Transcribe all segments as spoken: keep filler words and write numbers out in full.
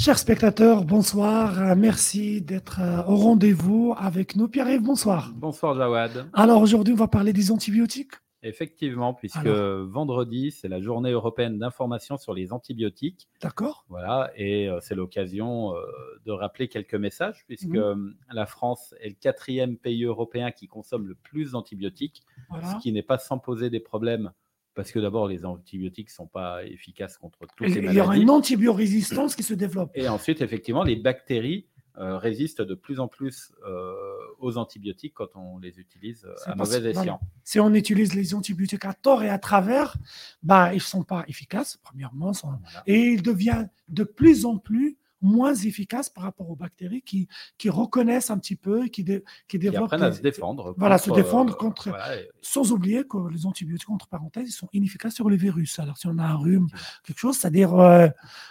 Chers spectateurs, bonsoir. Euh, Merci d'être euh, au rendez-vous avec nous. Pierre-Yves, bonsoir. Bonsoir Jawad. Alors aujourd'hui, on va parler des antibiotiques. Effectivement, puisque Alors, vendredi, c'est la journée européenne d'information sur les antibiotiques. d'accord? Voilà, et euh, c'est l'occasion euh, de rappeler quelques messages, puisque Mhm. euh, la France est le quatrième pays européen qui consomme le plus d'antibiotiques, ce Voilà. qui n'est pas sans poser des problèmes, parce que d'abord, les antibiotiques ne sont pas efficaces contre toutes Et les il y aura maladies. une antibiorésistance qui se développe. Et ensuite, effectivement, les bactéries euh, résistent de plus en plus euh, aux antibiotiques quand on les utilise euh, C'est à parce- mauvais escient. voilà. Si on utilise les antibiotiques à tort et à travers, bah, ils ne sont pas efficaces, premièrement. sont- Voilà. Et ils deviennent de plus en plus moins efficaces par rapport aux bactéries qui, qui reconnaissent un petit peu, qui, dé- qui Qui développent apprennent à des- se défendre. Voilà, contre, se défendre euh, contre. voilà, et- Sans oublier que les antibiotiques, entre parenthèses, ils sont inefficaces sur les virus. Alors, si on a un rhume, effectivement. quelque chose, c'est-à-dire. euh,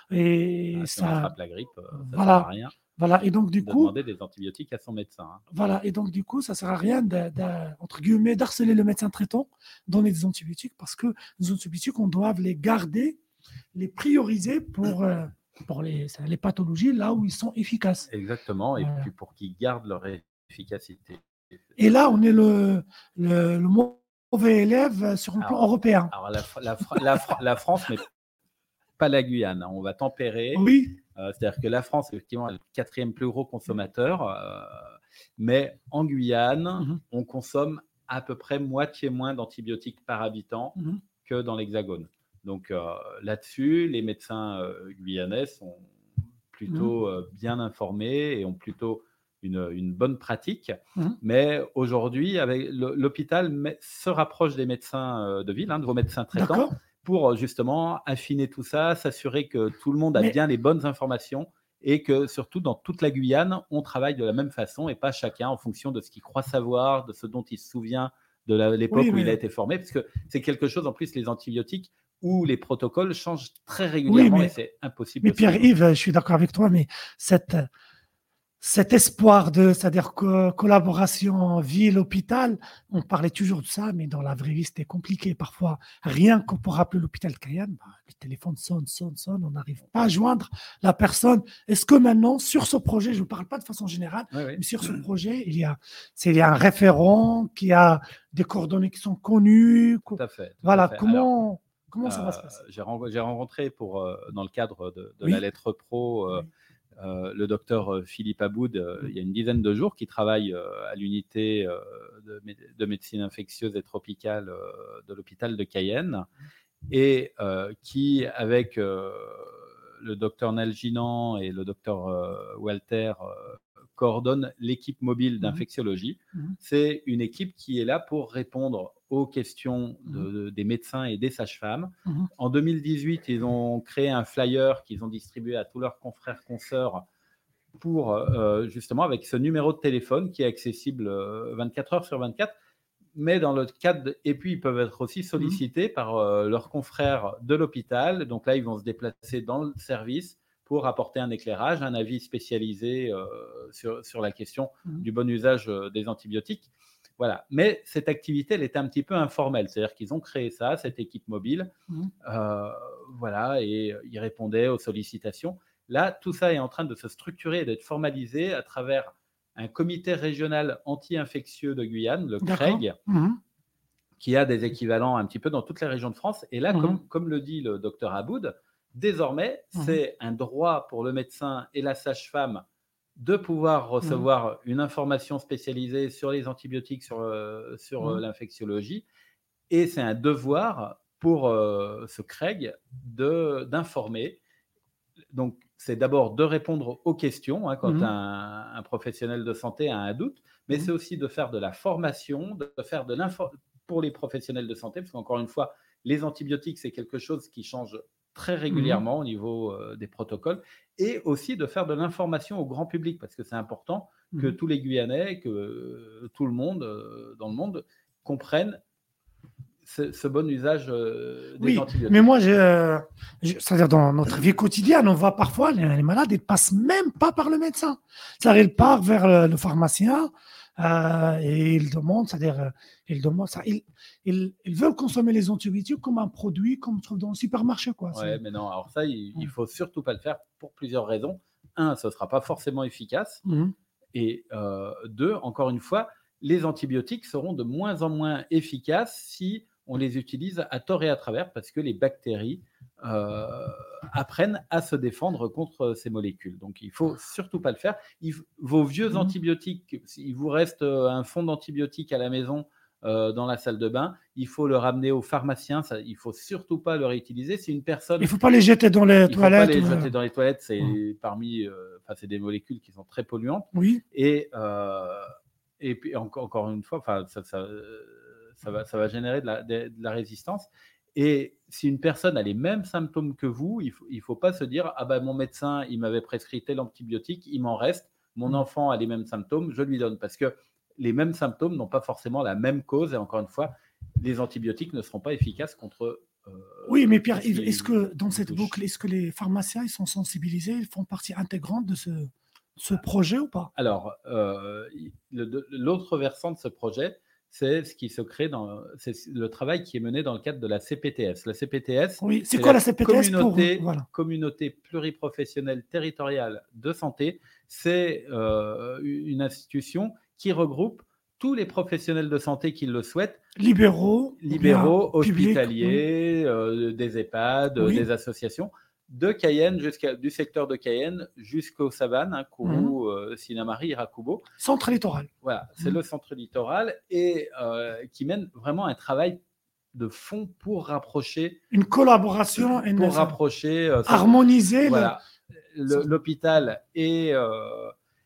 et Ah, si on ça. attrape la grippe, euh, ça ne sert Voilà. à rien Voilà. Et donc, du de coup. demander des antibiotiques à son médecin. hein. Voilà. Et donc, du coup, ça ne sert à rien, de, de- entre guillemets, d'harceler le médecin traitant, donner des antibiotiques, parce que les antibiotiques, on doit les garder, les prioriser pour, euh, pour les, les pathologies là où ils sont efficaces. Exactement, et Voilà. puis pour qu'ils gardent leur efficacité. Et là, on est le, le, le mauvais élève sur le plan Alors, européen. alors la, Fr- la Fr- la Fr- la France, mais pas la Guyane. hein. On va tempérer. Oui, Euh, C'est-à-dire que la France, effectivement, est le quatrième plus gros consommateur, euh, mais en Guyane, Mhm. on consomme à peu près moitié moins d'antibiotiques par habitant Mhm. que dans l'Hexagone. Donc euh, là-dessus, les médecins euh, guyanais sont plutôt euh, bien informés et ont plutôt une, une bonne pratique. Mhm. Mais aujourd'hui, avec le- l'hôpital met- se rapproche des médecins euh, de ville, hein, de vos médecins traitants, d'accord. pour euh, justement affiner tout ça, s'assurer que tout le monde a Mais- bien les bonnes informations et que surtout dans toute la Guyane, on travaille de la même façon et pas chacun en fonction de ce qu'il croit savoir, de ce dont il se souvient de la- l'époque Oui, où il a mais- été formé, parce que c'est quelque chose, en plus, les antibiotiques, où les protocoles changent très Oui, régulièrement mais, et c'est impossible mais de suivre. Pierre-Yves, je suis d'accord avec toi, mais cette, cet espoir de, c'est-à-dire que collaboration ville-hôpital, on parlait toujours de ça, mais dans la vraie vie, c'était compliqué. Parfois, rien que pour appeler l'hôpital de Cayenne, bah, le téléphone sonne, sonne, sonne, on n'arrive pas à joindre la personne. Est-ce que maintenant, sur ce projet, je ne parle pas de façon générale, Oui, oui. mais sur ce projet, il y a, c'est, il y a un référent qui a des coordonnées qui sont connues. Tout à fait. tout Voilà, à fait. Alors, comment, comment ça va se euh, passer? j'ai, ren- j'ai rencontré pour, euh, dans le cadre de, de Oui. la lettre pro euh, Oui. euh, le docteur euh, Philippe Aboud euh, Mm. il y a une dizaine de jours, qui travaille euh, à l'unité euh, de, mé- de médecine infectieuse et tropicale euh, de l'hôpital de Cayenne, et euh, qui, avec euh, le docteur Nalginan et le docteur euh, Walter, euh, coordonne l'équipe mobile d'infectiologie. Mhm. C'est une équipe qui est là pour répondre aux questions de- Mhm. de- des médecins et des sages-femmes. Mhm. En deux mille dix-huit, ils ont créé un flyer qu'ils ont distribué à tous leurs confrères, consoeurs, pour euh, justement, avec ce numéro de téléphone qui est accessible euh, vingt-quatre heures sur vingt-quatre, mais dans le cadre de- et puis ils peuvent être aussi sollicités par euh, leurs confrères de l'hôpital. Donc là, ils vont se déplacer dans le service pour apporter un éclairage, un avis spécialisé euh, sur, sur la question Mhm. du bon usage euh, des antibiotiques. Voilà. Mais cette activité, elle était un petit peu informelle. C'est-à-dire qu'ils ont créé ça, cette équipe mobile, Mhm. euh, voilà, et ils répondaient aux sollicitations. Là, tout ça est en train de se structurer et d'être formalisé à travers un comité régional anti-infectieux de Guyane, le D'accord. CREG, Mhm. qui a des équivalents un petit peu dans toutes les régions de France. Et là, Mhm. comme, comme le dit le docteur Aboud, désormais, Mhm. c'est un droit pour le médecin et la sage-femme de pouvoir recevoir une information spécialisée sur les antibiotiques, sur, euh, sur euh, Mhm. l'infectiologie. Et c'est un devoir pour euh, ce CREG de, d'informer. Donc, c'est d'abord de répondre aux questions hein, quand Mhm. un, un professionnel de santé a un doute, mais Mhm. c'est aussi de faire de la formation, de faire de l'info pour les professionnels de santé, parce qu'encore une fois, les antibiotiques, c'est quelque chose qui change très régulièrement au niveau euh, des protocoles, et aussi de faire de l'information au grand public, parce que c'est important que Mhm. tous les Guyanais, que euh, tout le monde euh, dans le monde comprenne ce, ce bon usage euh, des Oui, antibiotiques. mais moi, je, euh, je- c'est-à-dire dans notre vie quotidienne, on voit parfois les, les malades, ils ne passent même pas par le médecin. C'est-à-dire, ils partent vers le, le pharmacien, euh, et ils demandent, c'est-à-dire, euh, ils demandent ça, ils, ils, ils veulent consommer les antibiotiques comme un produit qu'on trouve dans le supermarché, quoi. Ouais, mais non, alors ça, il ne faut surtout pas le faire pour plusieurs raisons. Un, ce ne sera pas forcément efficace. Mmh. Et euh, deux, encore une fois, les antibiotiques seront de moins en moins efficaces si on les utilise à tort et à travers, parce que les bactéries euh, apprennent à se défendre contre ces molécules. Donc, il ne faut surtout pas le faire. Il, vos vieux Mmh. antibiotiques, s'il vous reste un fond d'antibiotiques à la maison, euh, dans la salle de bain, il faut le ramener au pharmacien. Ça, il ne faut surtout pas le réutiliser. Si une personne, il ne faut pas les jeter dans les il toilettes. Il ne faut pas les ou... jeter dans les toilettes. C'est Mmh. parmi, euh, enfin, c'est des molécules qui sont très polluantes. Oui. Et euh, et puis encore, encore une fois, enfin, ça, ça, ça, va, ça va générer de la, de, de la résistance. Et si une personne a les mêmes symptômes que vous, il ne faut, il faut pas se dire ah ben mon médecin il m'avait prescrit tel antibiotique, il m'en reste. Mon mmh. enfant a les mêmes symptômes, je lui donne, parce que les mêmes symptômes n'ont pas forcément la même cause. Et encore une fois, les antibiotiques ne seront pas efficaces contre. Euh, oui, mais Pierre, est-ce que dans cette touche. boucle, est-ce que les pharmaciens ils sont sensibilisés, ils font partie intégrante de ce ce projet ou pas? Alors, euh, le, l'autre versant de ce projet, c'est ce qui se crée dans c'est le travail qui est mené dans le cadre de la C P T S. La C P T S, oui, c'est, c'est quoi la, la C P T S communauté, pour, voilà. communauté pluriprofessionnelle territoriale de santé. C'est euh, une institution qui regroupe tous les professionnels de santé qui le souhaitent. Libéraux, libéraux, hospitaliers, public, oui. euh, des EHPAD, oui. des associations. De Cayenne jusqu'à du secteur de Cayenne jusqu'aux Savanes, hein, Kourou, mmh. euh, Sinamari, Irakubo. Centre littoral. Voilà, c'est mmh. le centre littoral et euh, qui mène vraiment un travail de fond pour rapprocher. Une collaboration. Pour une, rapprocher. Euh, harmoniser. Voilà, le... Le, l'hôpital et. Euh,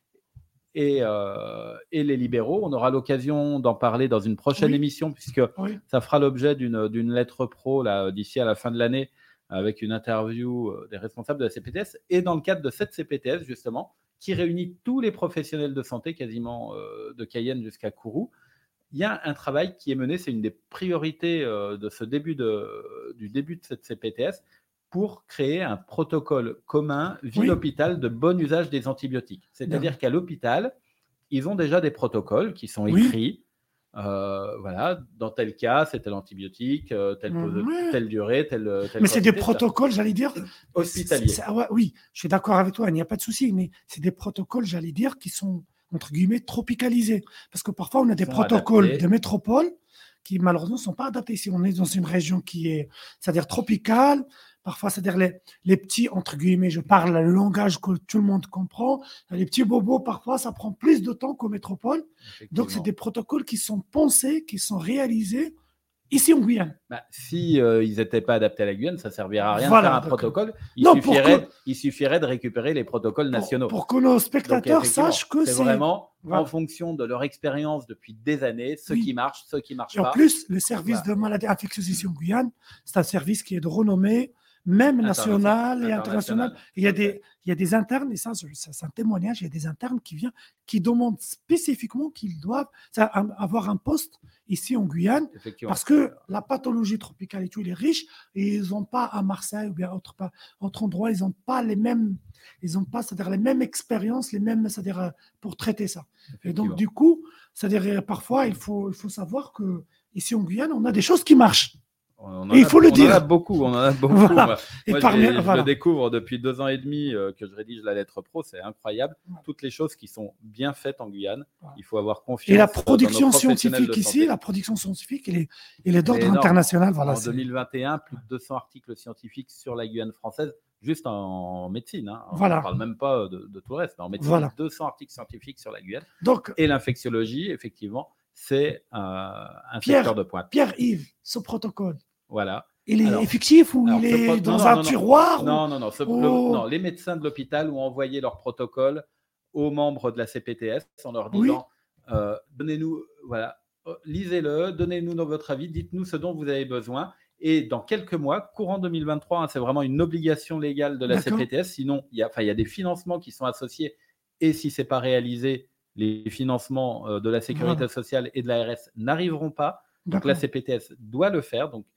Et, euh, et les libéraux. On aura l'occasion d'en parler dans une prochaine oui. émission, puisque oui. ça fera l'objet d'une, d'une lettre pro là, d'ici à la fin de l'année, avec une interview des responsables de la C P T S. Et dans le cadre de cette C P T S, justement, qui réunit tous les professionnels de santé, quasiment euh, de Cayenne jusqu'à Kourou, il y a un travail qui est mené, c'est une des priorités euh, de ce début de, du début de cette C P T S, pour créer un protocole commun ville-hôpital oui. de bon usage des antibiotiques. C'est-à-dire Bien. qu'à l'hôpital, ils ont déjà des protocoles qui sont écrits. Oui. Euh, voilà, dans tel cas, c'est tel antibiotique, euh, telle, oui. telle durée, telle, telle mais c'est des protocoles, j'allais dire, hospitaliers. C'est, c'est, ouais, oui, je suis d'accord avec toi, il n'y a pas de souci, mais c'est des protocoles, j'allais dire, qui sont, entre guillemets, tropicalisés. Parce que parfois, on a des protocoles adaptés. de métropole qui, malheureusement, ne sont pas adaptés. Si on est dans une région qui est, c'est-à-dire tropicale, parfois, c'est-à-dire les, les petits, entre guillemets, je parle le langage que tout le monde comprend. Les petits bobos, parfois, ça prend plus de temps qu'aux métropoles. Donc, c'est des protocoles qui sont pensés, qui sont réalisés ici en Guyane. Bah, si euh, ils n'étaient pas adaptés à la Guyane, ça ne servirait à rien voilà, de faire un d'accord. protocole. Il, non, suffirait, que, il suffirait de récupérer les protocoles nationaux. Pour, pour que nos spectateurs Donc, sachent que c'est... C'est vraiment voilà. en fonction de leur expérience depuis des années, ce oui. qui marche, ce qui ne marche et pas. En plus, le service voilà. de maladies infectieuses ici en Guyane, c'est un service qui est de renommée, même national et international. Il y a des, il y a des internes, et ça, ça c'est un témoignage, il y a des internes qui viennent, qui demandent spécifiquement qu'ils doivent avoir un poste ici en Guyane, parce que la pathologie tropicale et tout, il est riche, et ils n'ont pas à Marseille ou bien autre, autre endroit, ils n'ont pas les mêmes, ils n'ont pas, c'est-à-dire les mêmes expériences, les mêmes, c'est-à-dire pour traiter ça. Et donc, du coup, c'est-à-dire parfois, il faut, il faut savoir que ici en Guyane, on a des choses qui marchent. On et il faut a, le on dire. On en a beaucoup, on en a beaucoup. Voilà. Moi, et moi parmi, je, je voilà. le découvre depuis deux ans et demi euh, que je rédige la lettre pro, c'est incroyable. Voilà. Toutes les choses qui sont bien faites en Guyane, voilà. il faut avoir confiance. Et la production scientifique ici, la production scientifique, elle est, elle est d'ordre international. Voilà, en c'est... deux mille vingt et un, plus de deux cents articles scientifiques sur la Guyane française, juste en médecine. Hein. Voilà. On ne parle même pas de, de tout le reste, mais en médecine, voilà. deux cents articles scientifiques sur la Guyane. Donc, et l'infectiologie, effectivement, c'est euh, un Pierre, secteur de pointe. Pierre-Yves, ce protocole. Voilà. Il est alors, effectif ou alors, il est pro- dans non, un non, tiroir Non, ou... non, non, ce, ou... le, non. Les médecins de l'hôpital ont envoyé leur protocole aux membres de la C P T S en leur disant oui. euh, donnez-nous, voilà, lisez-le, donnez-nous votre avis, dites-nous ce dont vous avez besoin. Et dans quelques mois, courant deux mille vingt-trois, hein, c'est vraiment une obligation légale de la D'accord. C P T S. Sinon, il y a, enfin, il y a des financements qui sont associés. Et si ce n'est pas réalisé, les financements euh, de la sécurité voilà. sociale et de l'A R S n'arriveront pas. Donc D'accord. la C P T S doit le faire. Donc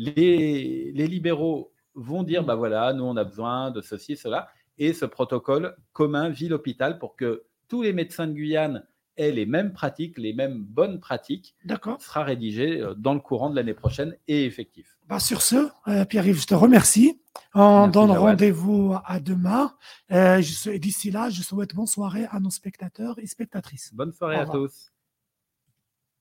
les, les libéraux vont dire, mmh. bah voilà, nous on a besoin de ceci, cela, et ce protocole commun ville-hôpital pour que tous les médecins de Guyane et les mêmes pratiques, les mêmes bonnes pratiques, D'accord. sera rédigé euh, dans le courant de l'année prochaine et effectif. Bah, sur ce, euh, Pierre-Yves, je te remercie. On Merci, donne Jawad. rendez-vous à demain. Euh, je- D'ici là, je souhaite bonne soirée à nos spectateurs et spectatrices. Bonne soirée Au à revoir. tous.